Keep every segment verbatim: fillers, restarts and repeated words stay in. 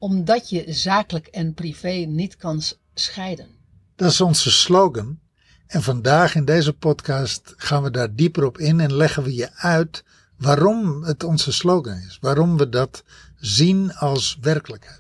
Omdat je zakelijk en privé niet kan scheiden. Dat is onze slogan. En vandaag in deze podcast gaan we daar dieper op in en leggen we je uit waarom het onze slogan is. Waarom we dat zien als werkelijkheid.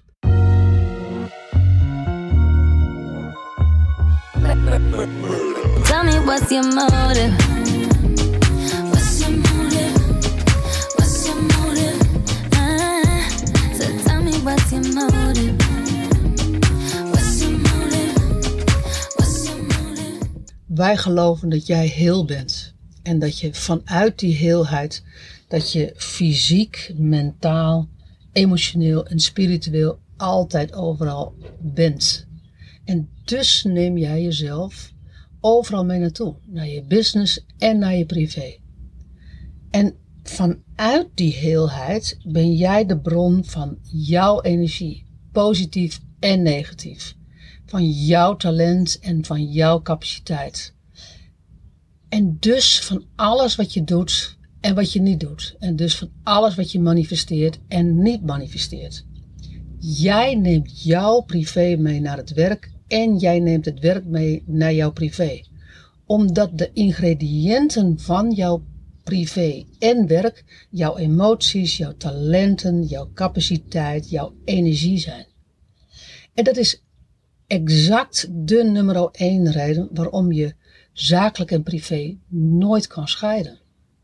Tell me what's your motive? What's your motive? What's your motive? Ah, so tell me what's your motive? What's your motive? What's your motive? Wij geloven dat jij heel bent. En dat je vanuit die heelheid, dat je fysiek, mentaal, emotioneel en spiritueel altijd overal bent. En dus neem jij jezelf overal mee naartoe. Naar je business en naar je privé. En vanuit die heelheid ben jij de bron van jouw energie. Positief en negatief. Van jouw talent en van jouw capaciteit. En dus van alles wat je doet en wat je niet doet. En dus van alles wat je manifesteert en niet manifesteert. Jij neemt jouw privé mee naar het werk. En jij neemt het werk mee naar jouw privé. Omdat de ingrediënten van jouw privé en werk, jouw emoties, jouw talenten, jouw capaciteit, jouw energie zijn. En dat is exact de nummer één reden waarom je zakelijk en privé nooit kan scheiden.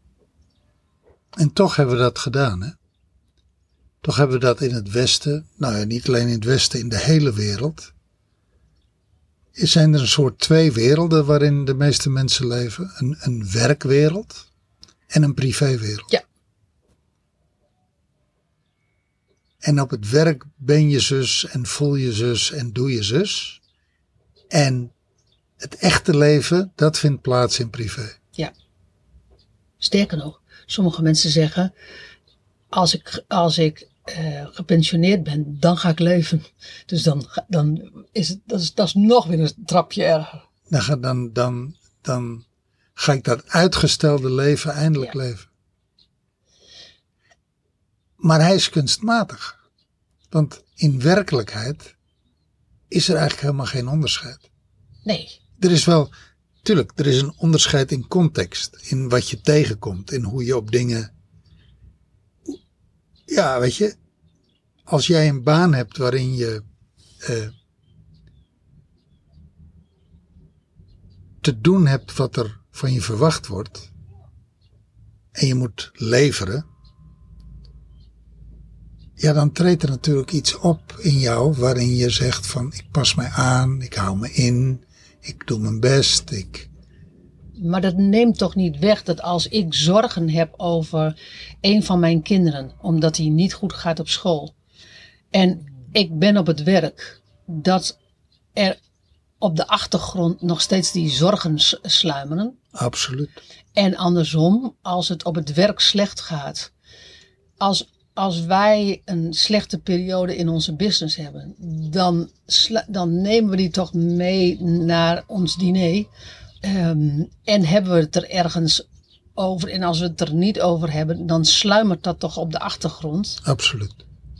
En toch hebben we dat gedaan, hè? Toch hebben we dat in het Westen, nou ja, niet alleen in het Westen, in de hele wereld. Zijn er een soort twee werelden waarin de meeste mensen leven? Een, een werkwereld en een privéwereld. Ja. En op het werk ben je zus en voel je zus en doe je zus. En het echte leven, dat vindt plaats in privé. Ja. Sterker nog, sommige mensen zeggen, als ik, als ik Uh, gepensioneerd ben, dan ga ik leven. Dus dan, dan is het dat is, dat is nog weer een trapje erger. Dan, dan, dan, dan ga ik dat uitgestelde leven eindelijk ja. leven. Maar hij is kunstmatig. Want in werkelijkheid is er eigenlijk helemaal geen onderscheid. Nee. Er is wel, tuurlijk, er is een onderscheid in context. In wat je tegenkomt. In hoe je op dingen... Ja, weet je, als jij een baan hebt waarin je uh, te doen hebt wat er van je verwacht wordt en je moet leveren, ja, dan treedt er natuurlijk iets op in jou waarin je zegt van ik pas mij aan, ik hou me in, ik doe mijn best, ik... Maar dat neemt toch niet weg dat als ik zorgen heb over een van mijn kinderen, omdat hij niet goed gaat op school. En ik ben op het werk, dat er op de achtergrond nog steeds die zorgen sluimeren. Absoluut. En andersom, als het op het werk slecht gaat. Als, als wij een slechte periode in onze business hebben, dan, dan nemen we die toch mee naar ons diner. Um, en hebben we het er ergens over. En als we het er niet over hebben, dan sluimert dat toch op de achtergrond. Absoluut.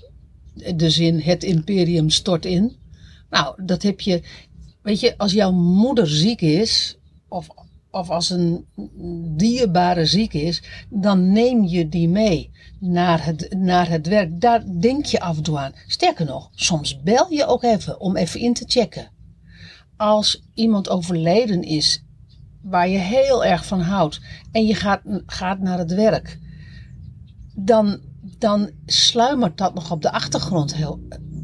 De zin, het imperium stort in. Nou, dat heb je, weet je, als jouw moeder ziek is, of, of als een dierbare ziek is, dan neem je die mee naar het, naar het werk. Daar denk je af en toe aan. Sterker nog, soms bel je ook even om even in te checken. Als iemand overleden is, waar je heel erg van houdt, en je gaat, gaat naar het werk, dan, dan sluimert dat nog op de achtergrond heel,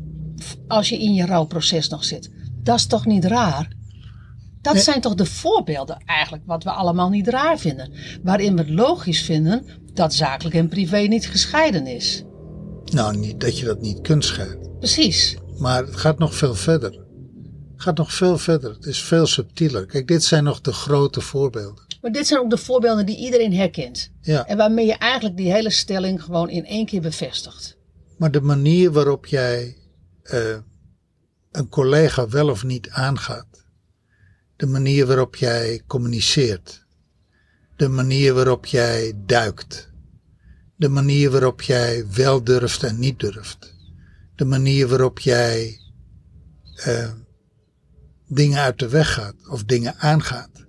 als je in je rouwproces nog zit. Dat is toch niet raar? Dat nee. zijn toch de voorbeelden eigenlijk wat we allemaal niet raar vinden. Waarin we het logisch vinden dat zakelijk en privé niet gescheiden is. Nou, niet dat je dat niet kunt scheiden. Precies. Maar het gaat nog veel verder. Het gaat nog veel verder. Het is veel subtieler. Kijk, dit zijn nog de grote voorbeelden. Maar dit zijn ook de voorbeelden die iedereen herkent. Ja. En waarmee je eigenlijk die hele stelling gewoon in één keer bevestigt. Maar de manier waarop jij uh, een collega wel of niet aangaat. De manier waarop jij communiceert. De manier waarop jij duikt. De manier waarop jij wel durft en niet durft. de manier waarop jij uh, dingen uit de weg gaat of dingen aangaat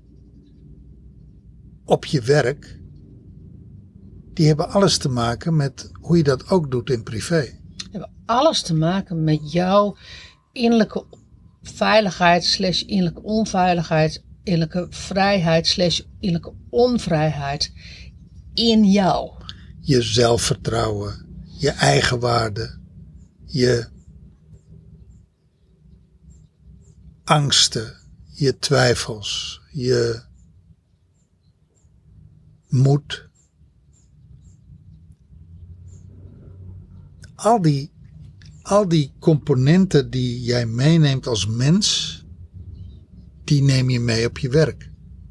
op je werk, die hebben alles te maken met hoe je dat ook doet in privé. Die hebben alles te maken met jouw innerlijke veiligheid slash innerlijke onveiligheid, innerlijke vrijheid slash innerlijke onvrijheid in jou. Je zelfvertrouwen, je eigenwaarde, je angsten, je twijfels, je moed. Al die, al die componenten die jij meeneemt als mens, die neem je mee op je werk.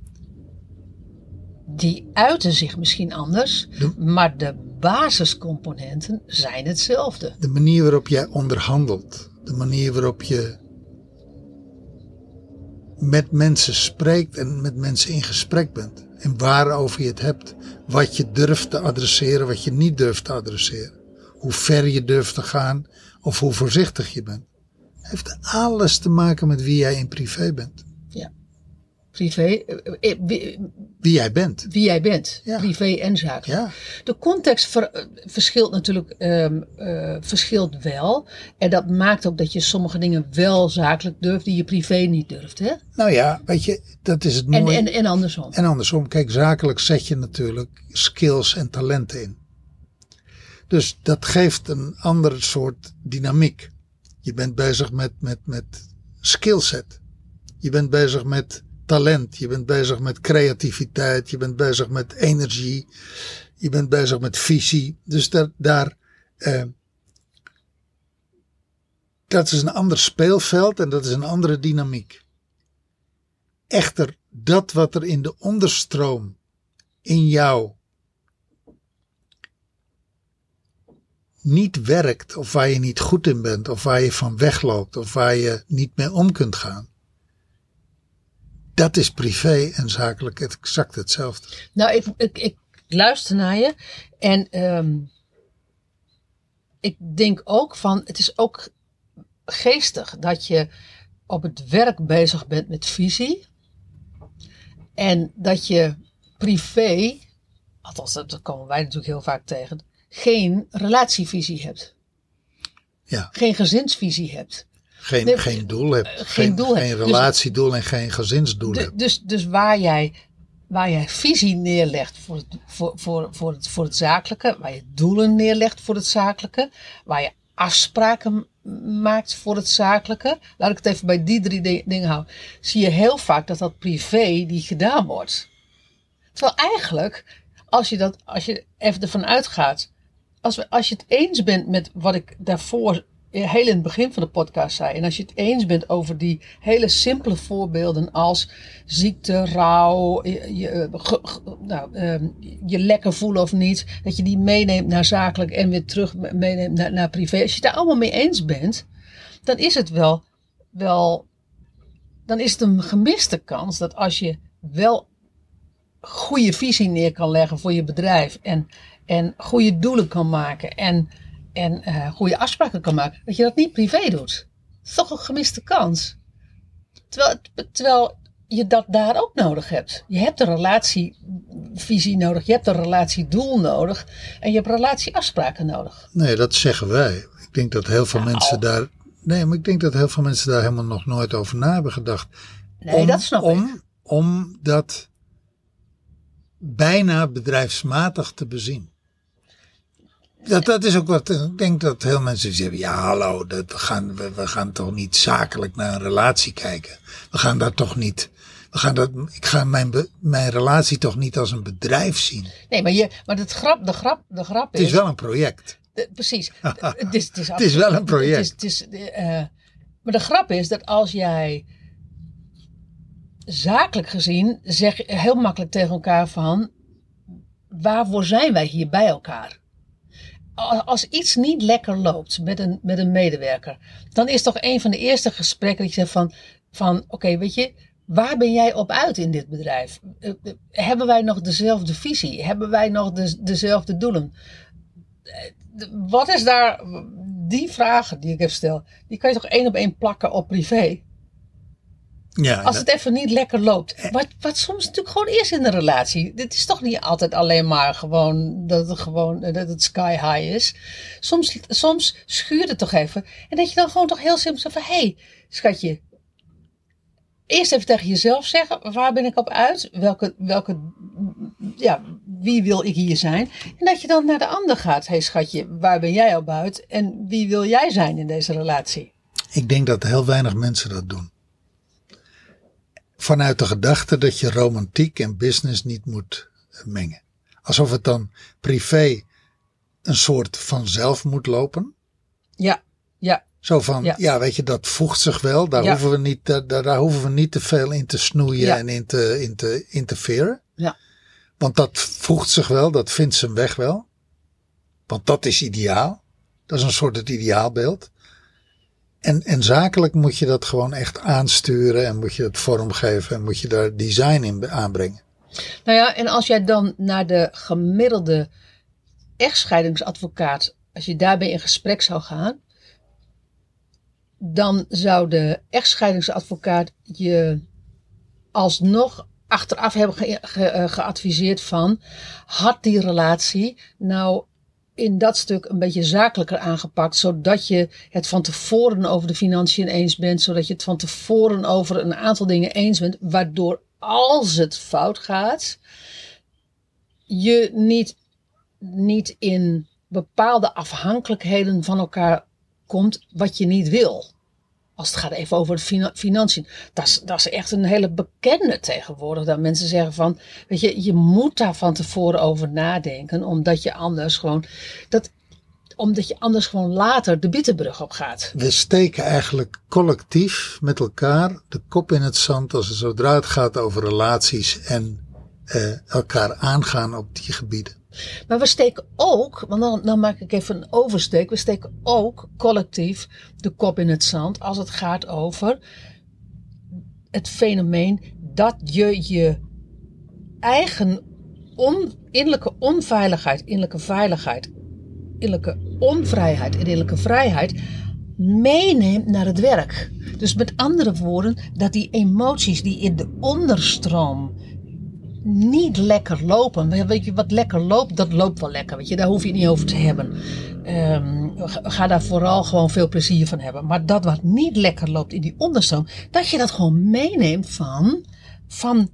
Die uiten zich misschien anders, De, maar de basiscomponenten zijn hetzelfde. De manier waarop jij onderhandelt, de manier waarop je met mensen spreekt en met mensen in gesprek bent. En waarover je het hebt. Wat je durft te adresseren, wat je niet durft te adresseren. Hoe ver je durft te gaan of hoe voorzichtig je bent. Heeft alles te maken met wie jij in privé bent. Ja, privé. Eh, wie, wie jij bent. Wie jij bent, ja. Privé en zakelijk. Ja. De context ver, verschilt natuurlijk um, uh, verschilt wel. En dat maakt ook dat je sommige dingen wel zakelijk durft die je privé niet durft. Hè? Nou ja, weet je, dat is het mooie. En, en, en andersom. En andersom, kijk, zakelijk zet je natuurlijk skills en talenten in. Dus dat geeft een andere soort dynamiek. Je bent bezig met, met, met skillset. Je bent bezig met talent. Je bent bezig met creativiteit. Je bent bezig met energie. Je bent bezig met visie. Dus daar, daar eh, dat is een ander speelveld en dat is een andere dynamiek. Echter, dat wat er in de onderstroom in jou niet werkt, of waar je niet goed in bent, of waar je van wegloopt, of waar je niet mee om kunt gaan, dat is privé en zakelijk exact hetzelfde. Nou, ik, ik, ik luister naar je en um, ik denk ook van, het is ook geestig dat je op het werk bezig bent met visie en dat je privé, althans dat komen wij natuurlijk heel vaak tegen, geen relatievisie hebt. Ja. Geen gezinsvisie hebt. Geen, nee, geen doel hebt. Geen, geen, doel geen hebt. relatiedoel dus, en geen gezinsdoel de, hebt. Dus, dus waar jij, waar jij visie neerlegt voor het, voor, voor, voor, het, voor het zakelijke, waar je doelen neerlegt voor het zakelijke, waar je afspraken maakt voor het zakelijke, laat ik het even bij die drie de, dingen houden, zie je heel vaak dat dat privé die gedaan wordt. Terwijl eigenlijk, als je, dat, als je even ervan uitgaat, Als, we, als je het eens bent met wat ik daarvoor heel in het begin van de podcast zei. En als je het eens bent over die hele simpele voorbeelden als ziekte, rouw, je, je, ge, ge, nou, um, je lekker voelen of niet. Dat je die meeneemt naar zakelijk en weer terug meeneemt naar, naar privé. Als je het daar allemaal mee eens bent, dan is het wel, wel, dan is het een gemiste kans dat als je wel goede visie neer kan leggen voor je bedrijf en En goede doelen kan maken. En, en uh, goede afspraken kan maken. Dat je dat niet privé doet. Dat is toch een gemiste kans. Terwijl, terwijl je dat daar ook nodig hebt. Je hebt een relatievisie nodig. Je hebt een relatiedoel nodig. En je hebt relatieafspraken nodig. Nee, dat zeggen wij. Ik denk dat heel veel nou, mensen daar... Nee, maar ik denk dat heel veel mensen daar helemaal nog nooit over na hebben gedacht. Nee, om, dat snap om, ik. Om dat bijna bedrijfsmatig te bezien. Dat, dat is ook wat, ik denk dat heel mensen zeggen, ja hallo, dat, we, gaan, we, we gaan toch niet zakelijk naar een relatie kijken. We gaan daar toch niet, we gaan dat, ik ga mijn, mijn relatie toch niet als een bedrijf zien. Nee, maar, je, maar het grap, de, grap, de grap is... Het is wel een project. De, precies. het, is, het, is het is wel een project. Het is, het is, uh, maar de grap is dat als jij zakelijk gezien zeg je heel makkelijk tegen elkaar van, waarvoor zijn wij hier bij elkaar? Als iets niet lekker loopt met een, met een medewerker, dan is toch een van de eerste gesprekken dat je zegt van, van oké, okay, weet je, waar ben jij op uit in dit bedrijf? Uh, uh, hebben wij nog dezelfde visie? Hebben wij nog de, dezelfde doelen? Uh, wat is daar die vragen die ik heb stel, die kan je toch één op één plakken op privé? Ja, Als het even niet lekker loopt. Wat, wat soms natuurlijk gewoon is in een relatie. Dit is toch niet altijd alleen maar gewoon dat het, gewoon, dat het sky high is. Soms, soms schuurt het toch even. En dat je dan gewoon toch heel simpel zegt van... Hé, hey, schatje. Eerst even tegen jezelf zeggen. Waar ben ik op uit? Welke, welke, ja, wie wil ik hier zijn? En dat je dan naar de ander gaat. Hé hey, schatje, waar ben jij op uit? En wie wil jij zijn in deze relatie? Ik denk dat heel weinig mensen dat doen. Vanuit de gedachte dat je romantiek en business niet moet mengen. Alsof het dan privé een soort vanzelf moet lopen. Ja, ja. Zo van, ja, ja weet je, dat voegt zich wel. Daar, ja. hoeven we niet, daar, daar hoeven we niet te veel in te snoeien ja. en in te, in te interferen. Ja. Want dat voegt zich wel, dat vindt zijn weg wel. Want dat is ideaal. Dat is een soort het ideaalbeeld. En, en zakelijk moet je dat gewoon echt aansturen en moet je het vormgeven en moet je daar design in aanbrengen. Nou ja, en als jij dan naar de gemiddelde echtscheidingsadvocaat, als je daarbij in gesprek zou gaan, dan zou de echtscheidingsadvocaat je alsnog achteraf hebben ge- ge- geadviseerd van, had die relatie nou in dat stuk een beetje zakelijker aangepakt, zodat je het van tevoren over de financiën eens bent, zodat je het van tevoren over een aantal dingen eens bent, waardoor als het fout gaat, je niet, niet in bepaalde afhankelijkheden van elkaar komt wat je niet wil. Als het gaat even over de fina- financiën. Dat is, dat is echt een hele bekende tegenwoordig. Dat mensen zeggen van, weet je, je moet daar van tevoren over nadenken. Omdat je anders gewoon, dat, omdat je anders gewoon later de Bitterbrug op gaat. We steken eigenlijk collectief met elkaar de kop in het zand als het zodra het gaat over relaties en eh, elkaar aangaan op die gebieden. Maar we steken ook, want dan, dan maak ik even een oversteek. We steken ook collectief de kop in het zand als het gaat over het fenomeen dat je je eigen on, innerlijke onveiligheid, innerlijke veiligheid, innerlijke onvrijheid en innerlijke vrijheid meeneemt naar het werk. Dus met andere woorden, dat die emoties die in de onderstroom niet lekker lopen. Weet je, wat lekker loopt, dat loopt wel lekker. Weet je, daar hoef je het niet over te hebben. Um, ga daar vooral gewoon veel plezier van hebben. Maar dat wat niet lekker loopt in die onderstroom, dat je dat gewoon meeneemt van, van,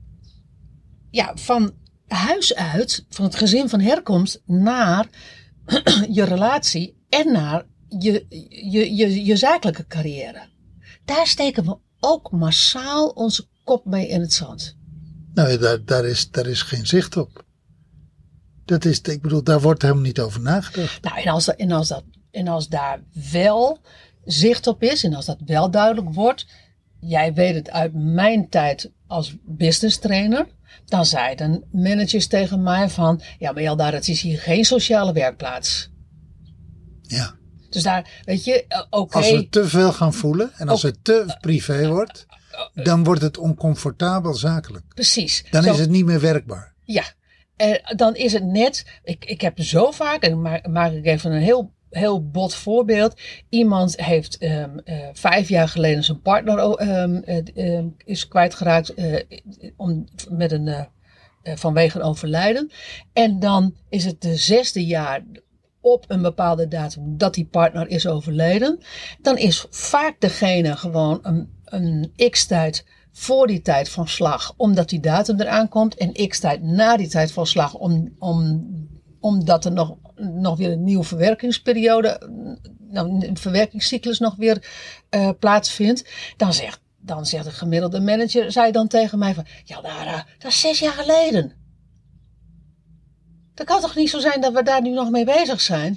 ja, van huis uit, van het gezin van herkomst, naar je relatie en naar je, je, je, je zakelijke carrière. Daar steken we ook massaal onze kop mee in het zand. Nou, daar, daar, is, daar is geen zicht op. Dat is, ik bedoel, daar wordt helemaal niet over nagedacht. Nou, en als, dat, en, als dat, en als daar wel zicht op is en als dat wel duidelijk wordt. Jij weet het uit mijn tijd als business trainer. Dan zeiden managers tegen mij van, ja maar Jelda, het is hier geen sociale werkplaats. Ja. Dus daar, weet je, oké. Okay, als we te veel gaan voelen en als het te privé wordt, dan wordt het oncomfortabel zakelijk. Precies. Dan Zo, is het niet meer werkbaar. Ja, en dan is het net, ik, ik heb zo vaak, en maak, maak ik even een heel, heel bot voorbeeld. Iemand heeft um, uh, vijf jaar geleden zijn partner um, uh, um, is kwijtgeraakt uh, om, met een, uh, uh, vanwege een overlijden. En dan is het de zesde jaar op een bepaalde datum dat die partner is overleden. Dan is vaak degene gewoon een, een x-tijd voor die tijd van slag, omdat die datum eraan komt. En x-tijd na die tijd van slag, om, om, omdat er nog, nog weer een nieuwe verwerkingsperiode, nou, een verwerkingscyclus nog weer uh, plaatsvindt. Dan zegt, dan zegt de gemiddelde manager, zei dan tegen mij van, ja Lara, dat is zes jaar geleden. Dat kan toch niet zo zijn dat we daar nu nog mee bezig zijn?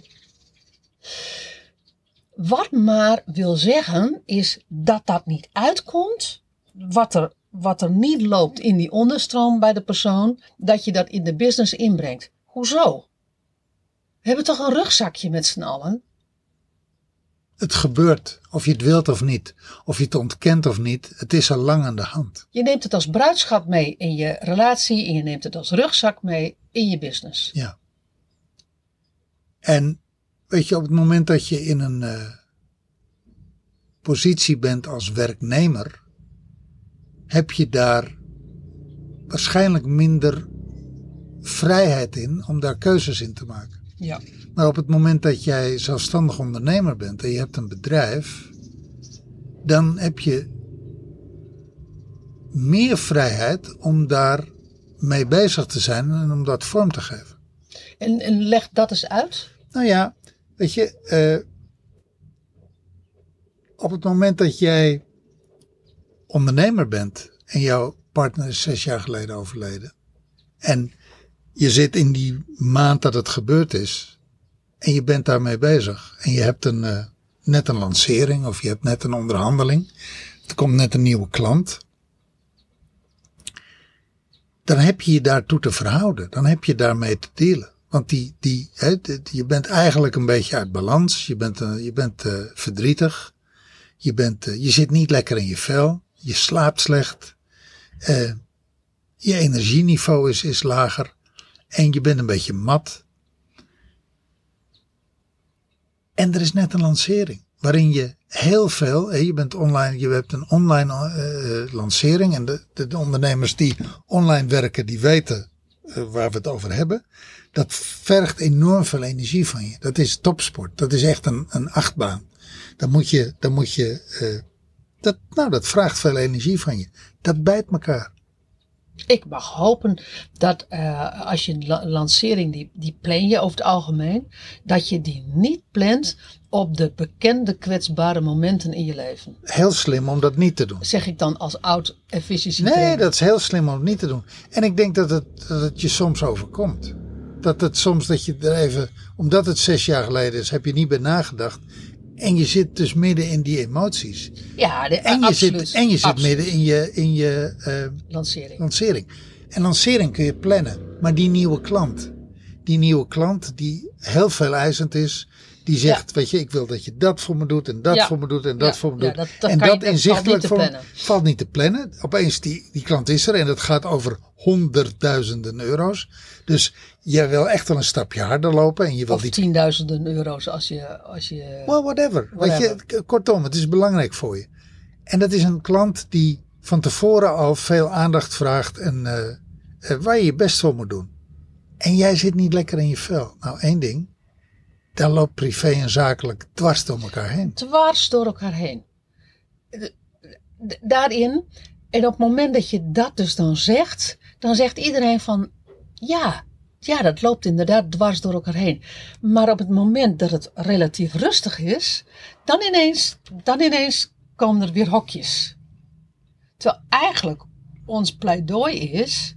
Wat maar wil zeggen is dat dat niet uitkomt. Wat er, wat er niet loopt in die onderstroom bij de persoon. Dat je dat in de business inbrengt. Hoezo? We hebben toch een rugzakje met z'n allen? Het gebeurt, of je het wilt of niet. Of je het ontkent of niet. Het is al lang aan de hand. Je neemt het als bruidschat mee in je relatie. En je neemt het als rugzak mee in je business. Ja. En weet je, op het moment dat je in een uh, positie bent als werknemer, heb je daar waarschijnlijk minder vrijheid in om daar keuzes in te maken. Ja. Maar op het moment dat jij zelfstandig ondernemer bent en je hebt een bedrijf, dan heb je meer vrijheid om daar mee bezig te zijn en om dat vorm te geven. En, en leg dat eens uit. Nou ja, weet je, uh, op het moment dat jij ondernemer bent en jouw partner is zes jaar geleden overleden en je zit in die maand dat het gebeurd is en je bent daarmee bezig en je hebt een, uh, net een lancering of je hebt net een onderhandeling, er komt net een nieuwe klant, dan heb je je daartoe te verhouden, dan heb je daarmee te dealen. Want die, die, hè, je bent eigenlijk een beetje uit balans, je bent, uh, je bent uh, verdrietig, je, bent, uh, je zit niet lekker in je vel, je slaapt slecht, uh, je energieniveau is, is lager en je bent een beetje mat. En er is net een lancering waarin je heel veel, hè, je bent online, je hebt een online uh, lancering en de, de, de ondernemers die online werken, die weten uh, waar we het over hebben. Dat vergt enorm veel energie van je. Dat is topsport. Dat is echt een, een achtbaan. Dan moet je, dan moet je, uh, dat, nou, dat vraagt veel energie van je. Dat bijt elkaar. Ik mag hopen dat uh, als je een la- lancering, die, die plan je over het algemeen, dat je die niet plant op de bekende kwetsbare momenten in je leven. Heel slim om dat niet te doen. Zeg ik dan als oud efficiëntie. Nee, dat is heel slim om het niet te doen. En ik denk dat het, dat het je soms overkomt. Dat het soms dat je er even, omdat het zes jaar geleden is, heb je niet bij nagedacht. En je zit dus midden in die emoties. Ja, de, en, je absoluut, zit, en je zit absoluut. midden in je, in je uh, lancering. lancering. En lancering kun je plannen. Maar die nieuwe klant, die nieuwe klant die heel veel eisend is, die zegt, ja. weet je, ik wil dat je dat voor me doet en dat ja. voor me doet en dat ja. voor me doet. Ja, dat, dat en kan dat je, inzichtelijk valt niet te voor plannen. valt niet te plannen. Opeens die, die klant is er en dat gaat over honderdduizenden euro's. Dus jij wil echt wel een stapje harder lopen. En je wil of die tienduizenden euro's als je... Als je well, whatever. whatever. Weet je, kortom, het is belangrijk voor je. En dat is een klant die van tevoren al veel aandacht vraagt en uh, uh, waar je je best voor moet doen. En jij zit niet lekker in je vel. Nou, één ding. Daar loopt privé en zakelijk dwars door elkaar heen. Dwars door elkaar heen. D- d- daarin, en op het moment dat je dat dus dan zegt, dan zegt iedereen van, ja, ja, dat loopt inderdaad dwars door elkaar heen. Maar op het moment dat het relatief rustig is, dan ineens, dan ineens komen er weer hokjes. Terwijl eigenlijk ons pleidooi is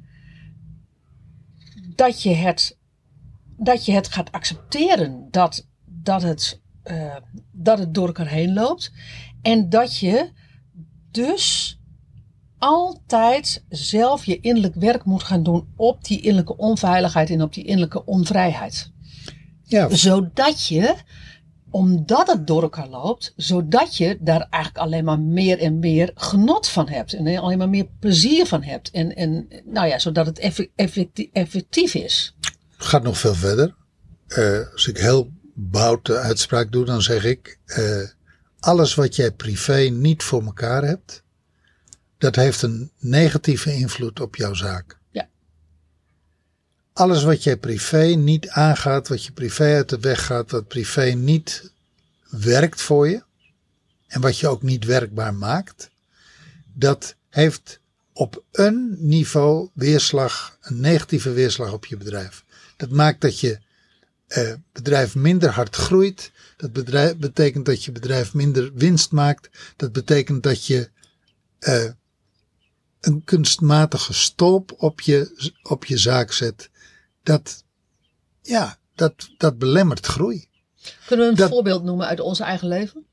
dat je het, dat je het gaat accepteren dat, dat, het, uh, dat het door elkaar heen loopt. En dat je dus altijd zelf je innerlijk werk moet gaan doen op die innerlijke onveiligheid en op die innerlijke onvrijheid. Ja. Zodat je, omdat het door elkaar loopt, zodat je daar eigenlijk alleen maar meer en meer genot van hebt. En alleen maar meer plezier van hebt. En, en nou ja, zodat het effectief, effectief is. Het gaat nog veel verder. Uh, als ik heel bout de uitspraak doe, dan zeg ik, uh, alles wat jij privé niet voor elkaar hebt, dat heeft een negatieve invloed op jouw zaak. Ja. Alles wat jij privé niet aangaat, wat je privé uit de weg gaat, wat privé niet werkt voor je en wat je ook niet werkbaar maakt, dat heeft op een niveau weerslag, een negatieve weerslag op je bedrijf. Dat maakt dat je uh, bedrijf minder hard groeit. Dat bedrijf, betekent dat je bedrijf minder winst maakt. Dat betekent dat je uh, een kunstmatige stolp op je, op je zaak zet. Dat, ja, dat, dat belemmert groei. Kunnen we een dat, voorbeeld noemen uit ons eigen leven?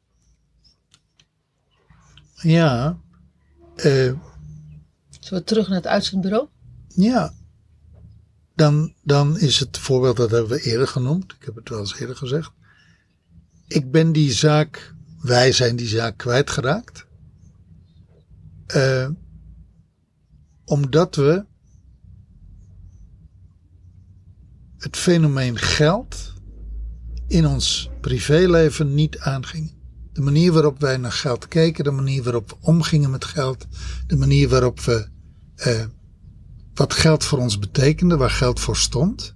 Ja. Uh, Zullen we terug naar het uitzendbureau? Ja. Dan, dan is het voorbeeld, dat hebben we eerder genoemd. Ik heb het wel eens eerder gezegd. Ik ben die zaak, wij zijn die zaak kwijtgeraakt. Uh, omdat we het fenomeen geld in ons privéleven niet aangingen. De manier waarop wij naar geld keken, de manier waarop we omgingen met geld, de manier waarop we eh, wat geld voor ons betekende, waar geld voor stond,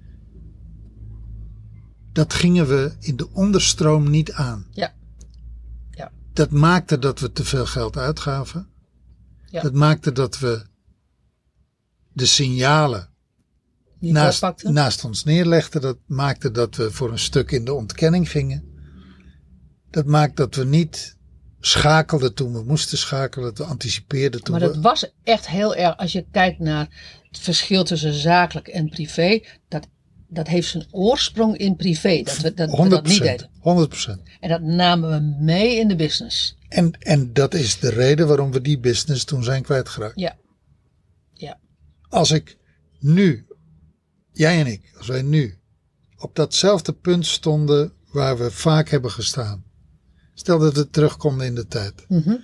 dat gingen we in de onderstroom niet aan. Ja. Ja. Dat maakte dat we te veel geld uitgaven. Ja. Dat maakte dat we de signalen Niet naast, doorpakten. naast ons neerlegden. Dat maakte dat we voor een stuk in de ontkenning gingen. Dat maakt dat we niet schakelden toen we moesten schakelen. Dat we anticipeerden toen Maar we... dat was echt heel erg, als je kijkt naar het verschil tussen zakelijk en privé, dat, dat heeft zijn oorsprong in privé. Dat we dat, we dat niet deden. honderd procent. En dat namen we mee in de business. En, en dat is de reden waarom we die business toen zijn kwijtgeraakt. Ja. Ja. Als ik nu, jij en ik, als wij nu op datzelfde punt stonden waar we vaak hebben gestaan. Stel dat we terug konden in de tijd. Mm-hmm.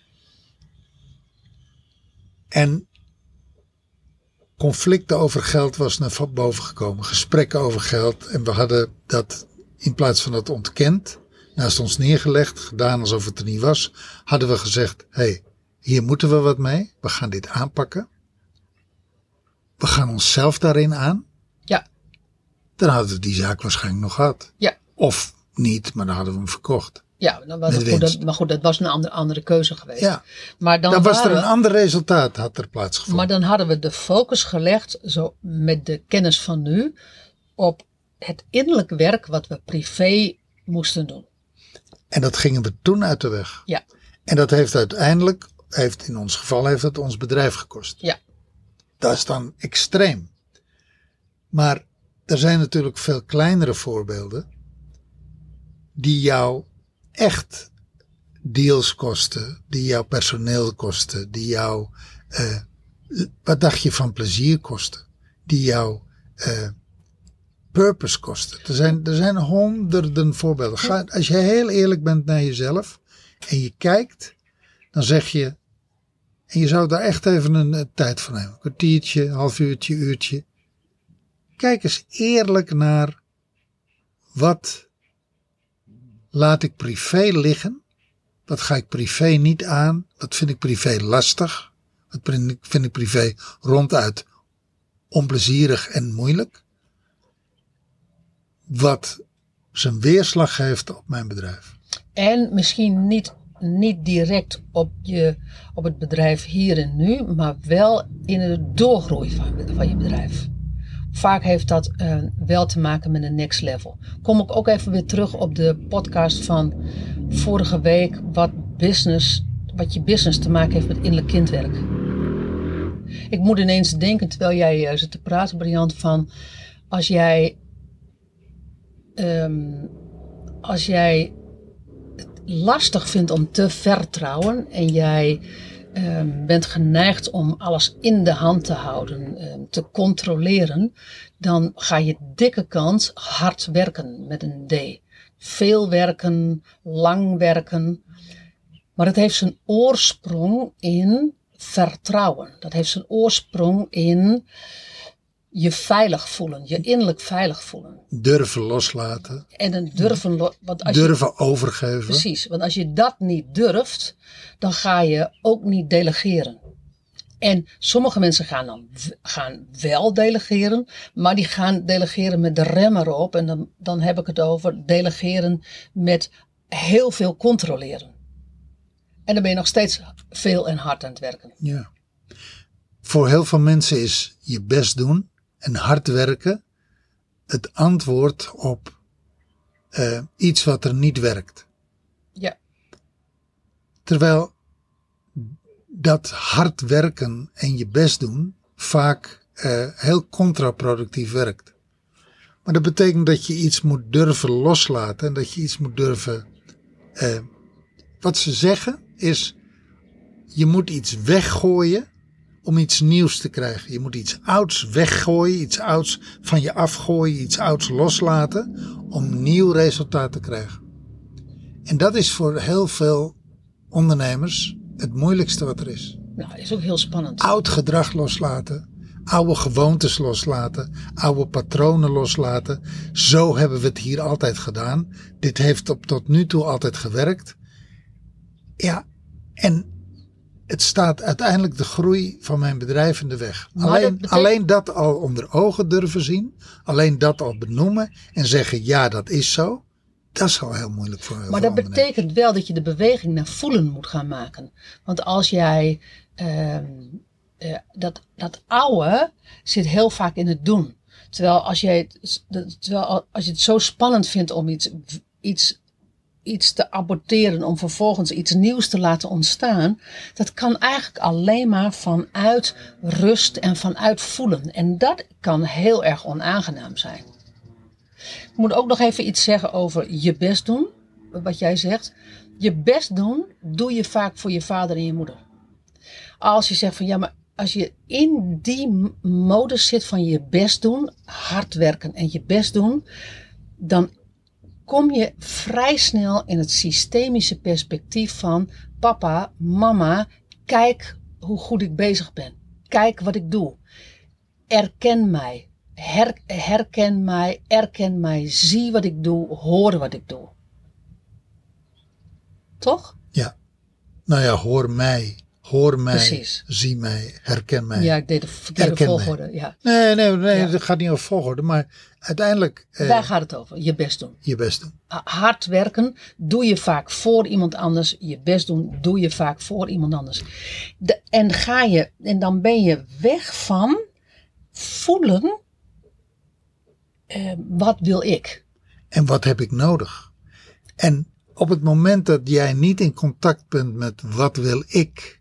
En conflicten over geld was naar boven gekomen. Gesprekken over geld. En we hadden dat in plaats van dat ontkend, naast ons neergelegd, gedaan alsof het er niet was, hadden we gezegd, hé, hey, hier moeten we wat mee. We gaan dit aanpakken. We gaan onszelf daarin aan. Ja. Dan hadden we die zaak waarschijnlijk nog gehad. Ja. Of niet, maar dan hadden we hem verkocht. Ja, dan was Met het goed, winst. dat, maar goed, dat was een andere, andere keuze geweest. Ja. Maar dan, Dan was er waren een we- ander resultaat had er plaatsgevonden. Maar dan hadden we de focus gelegd, zo met de kennis van nu, op het innerlijk werk wat we privé moesten doen. En dat gingen we toen uit de weg. Ja, En dat heeft uiteindelijk, heeft in ons geval, heeft het ons bedrijf gekost. ja, Dat is dan extreem. Maar er zijn natuurlijk veel kleinere voorbeelden die jou echt deals kosten, die jou personeel kosten, die jou, eh, wat dacht je van plezier kosten, die jou eh, purpose kosten. Er zijn, er zijn honderden voorbeelden. Ga, als je heel eerlijk bent naar jezelf en je kijkt, dan zeg je, en je zou daar echt even een, een tijd voor nemen. Een kwartiertje, half uurtje, uurtje. Kijk eens eerlijk naar wat laat ik privé liggen. Wat ga ik privé niet aan? Wat vind ik privé lastig? Wat vind ik, vind ik privé ronduit onplezierig en moeilijk? Wat zijn weerslag heeft op mijn bedrijf. en misschien niet, niet direct op, je, op het bedrijf hier en nu, maar wel in de doorgroei van, van je bedrijf. Vaak heeft dat eh, wel te maken met een next level. Kom ik ook even weer terug op de podcast van vorige week, wat, business, wat je business te maken heeft met innerlijk kindwerk. Ik moet ineens denken, terwijl jij uh, zit te praten, Briant, van als jij, um, als jij het lastig vindt om te vertrouwen en jij um, bent geneigd om alles in de hand te houden, um, te controleren, dan ga je dikke kans hard werken met een D. Veel werken, lang werken. Maar het heeft zijn oorsprong in vertrouwen. Dat heeft zijn oorsprong in je veilig voelen, je innerlijk veilig voelen. Durven loslaten. En een durven, lo- want als je, Durven overgeven. precies, want als je dat niet durft, dan ga je ook niet delegeren. En sommige mensen gaan dan w- gaan wel delegeren, maar die gaan delegeren met de rem erop. En dan, dan heb ik het over delegeren met heel veel controleren. En dan ben je nog steeds veel en hard aan het werken. Ja. Voor heel veel mensen is je best doen en hard werken het antwoord op uh, iets wat er niet werkt. Ja, Terwijl dat hard werken en je best doen vaak uh, heel contraproductief werkt. Maar dat betekent dat je iets moet durven loslaten en dat je iets moet durven... Uh, wat ze zeggen is, je moet iets weggooien om iets nieuws te krijgen. Je moet iets ouds weggooien, iets ouds van je afgooien, iets ouds loslaten om nieuw resultaat te krijgen. En dat is voor heel veel ondernemers het moeilijkste wat er is. nou, is ook heel spannend. Oud gedrag loslaten, Oude gewoontes loslaten, oude patronen loslaten. Zo hebben we het hier altijd gedaan. Dit heeft op tot nu toe altijd gewerkt. Ja, en het staat uiteindelijk de groei van mijn bedrijf in de weg. Maar Alleen dat betekent- alleen dat al onder ogen durven zien. Alleen dat al benoemen en zeggen ja, dat is zo. Dat is al heel moeilijk voor heel Maar veel dat ondernemers. betekent wel dat je de beweging naar voelen moet gaan maken. Want als jij ehm, eh, dat, dat oude zit heel vaak in het doen. Terwijl als, jij, het- dat- terwijl als je het zo spannend vindt om iets, iets, iets te aborteren, om vervolgens iets nieuws te laten ontstaan, dat kan eigenlijk alleen maar vanuit rust en vanuit voelen. En dat kan heel erg onaangenaam zijn. Ik moet ook nog even iets zeggen over je best doen. Wat jij zegt. Je best doen doe je vaak voor je vader en je moeder. Als je zegt van ja, maar als je in die modus zit van je best doen, hard werken en je best doen, dan kom je vrij snel in het systemische perspectief van papa, mama, kijk hoe goed ik bezig ben. Kijk wat ik doe. Erken mij. Her, herken mij, erken mij, zie wat ik doe, hoor wat ik doe. Toch? Ja. Nou ja, hoor mij. Hoor mij. Precies. Zie mij. Herken mij. Ja, ik deed de verkeerde Herken mij. volgorde. Ja. Nee, nee, nee. Ja. Het gaat niet over volgorde. Maar uiteindelijk eh, Daar gaat het over. Je best doen. je best doen. Hard werken doe je vaak voor iemand anders. Je best doen doe je vaak voor iemand anders. De, en, ga je, en dan ben je weg van voelen. Eh, wat wil ik? En wat heb ik nodig? En op het moment dat jij niet in contact bent met wat wil ik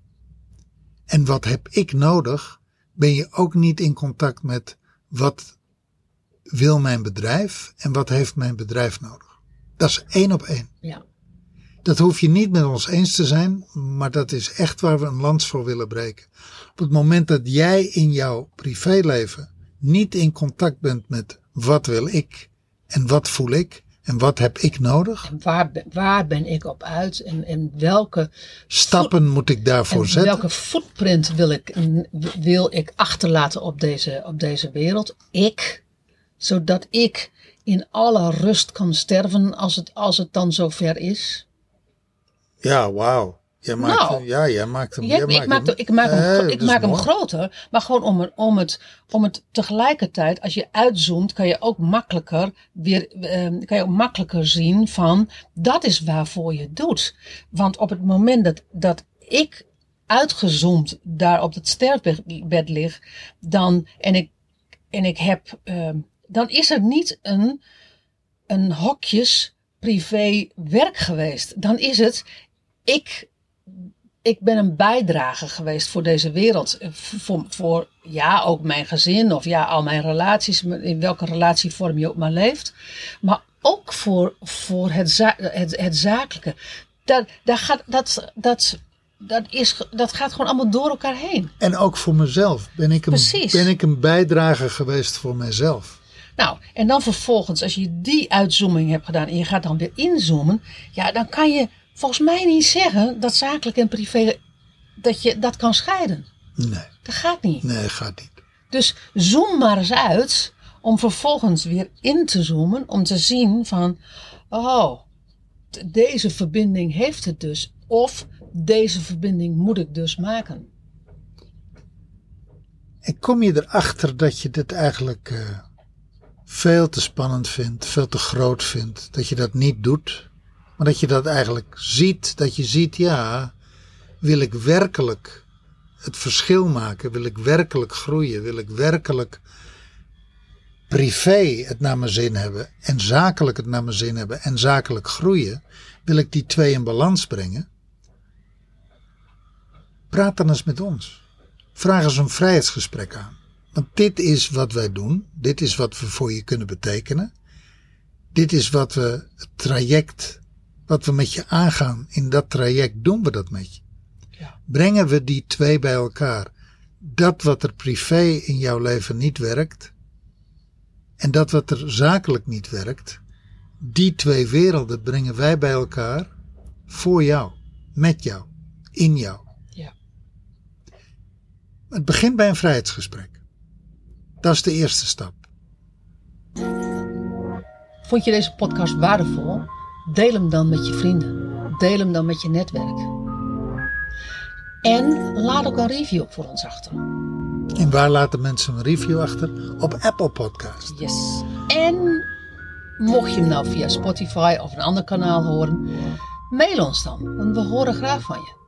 en wat heb ik nodig, ben je ook niet in contact met wat wil mijn bedrijf en wat heeft mijn bedrijf nodig. Dat is één op één. Ja. Dat hoef je niet met ons eens te zijn, maar dat is echt waar we een lans voor willen breken. Op het moment dat jij in jouw privéleven niet in contact bent met wat wil ik en wat voel ik en wat heb ik nodig, En waar, ben- waar ben ik op uit? En, en welke stappen moet ik daarvoor En zetten. welke footprint wil ik, wil ik achterlaten op deze, op deze wereld? Ik. Zodat ik in alle rust kan sterven als het, als het dan zover is. Ja, wauw. Jij maakt, Nou. hem- ja, jij maakt hem. Ja, jij ik maak, hem- ik maak, hem, Eh, gro- dat ik is maak hem mooi. groter. Maar gewoon om, het- om, het, om het tegelijkertijd, als je uitzoomt, kan je ook makkelijker weer eh, kan je ook makkelijker zien van dat is waarvoor je het doet. Want op het moment dat, dat ik uitgezoomd daar op het sterfbed lig, dan en ik en ik heb, eh, dan is er niet een, een hokjes privé werk geweest. Dan is het ik. Ik ben een bijdrager geweest voor deze wereld. Voor, voor ja, ook mijn gezin of ja, al mijn relaties. In welke relatievorm je ook maar leeft. Maar ook voor, voor het, za- het, het zakelijke. Dat, dat, gaat, dat, dat, dat, is, dat gaat gewoon allemaal door elkaar heen. En ook voor mezelf. Ben ik, een, Precies. ben ik een bijdrager geweest voor mezelf. Nou, en dan vervolgens, als je die uitzooming hebt gedaan en je gaat dan weer inzoomen. Ja, dan kan je volgens mij niet zeggen dat zakelijk en privé, dat je dat kan scheiden. Nee, Dat gaat niet. nee, gaat niet. Dus zoom maar eens uit om vervolgens weer in te zoomen. Om te zien van, oh, t- deze verbinding heeft het dus. Of deze verbinding moet ik dus maken. En kom je erachter dat je dit eigenlijk uh, veel te spannend vindt, veel te groot vindt. Dat je dat niet doet. Maar dat je dat eigenlijk ziet. Dat je ziet, ja, wil ik werkelijk het verschil maken? Wil ik werkelijk groeien? Wil ik werkelijk privé het naar mijn zin hebben? En zakelijk het naar mijn zin hebben? En zakelijk groeien? Wil ik die twee in balans brengen? Praat dan eens met ons. Vraag eens een vrijheidsgesprek aan. Want dit is wat wij doen. Dit is wat we voor je kunnen betekenen. Dit is wat we, het traject, wat we met je aangaan. In dat traject doen we dat met je. Ja. Brengen we die twee bij elkaar. Dat wat er privé in jouw leven niet werkt. En dat wat er zakelijk niet werkt. Die twee werelden brengen wij bij elkaar. Voor jou. Met jou. In jou. Ja. Het begint bij een vrijheidsgesprek. Dat is de eerste stap. Vond je deze podcast waardevol? Deel hem dan met je vrienden. Deel hem dan met je netwerk. En laat ook een review op voor ons achter. En waar laten mensen een review achter? Op Apple Podcast. Yes. En mocht je hem nou via Spotify of een ander kanaal horen, mail ons dan, want we horen graag van je.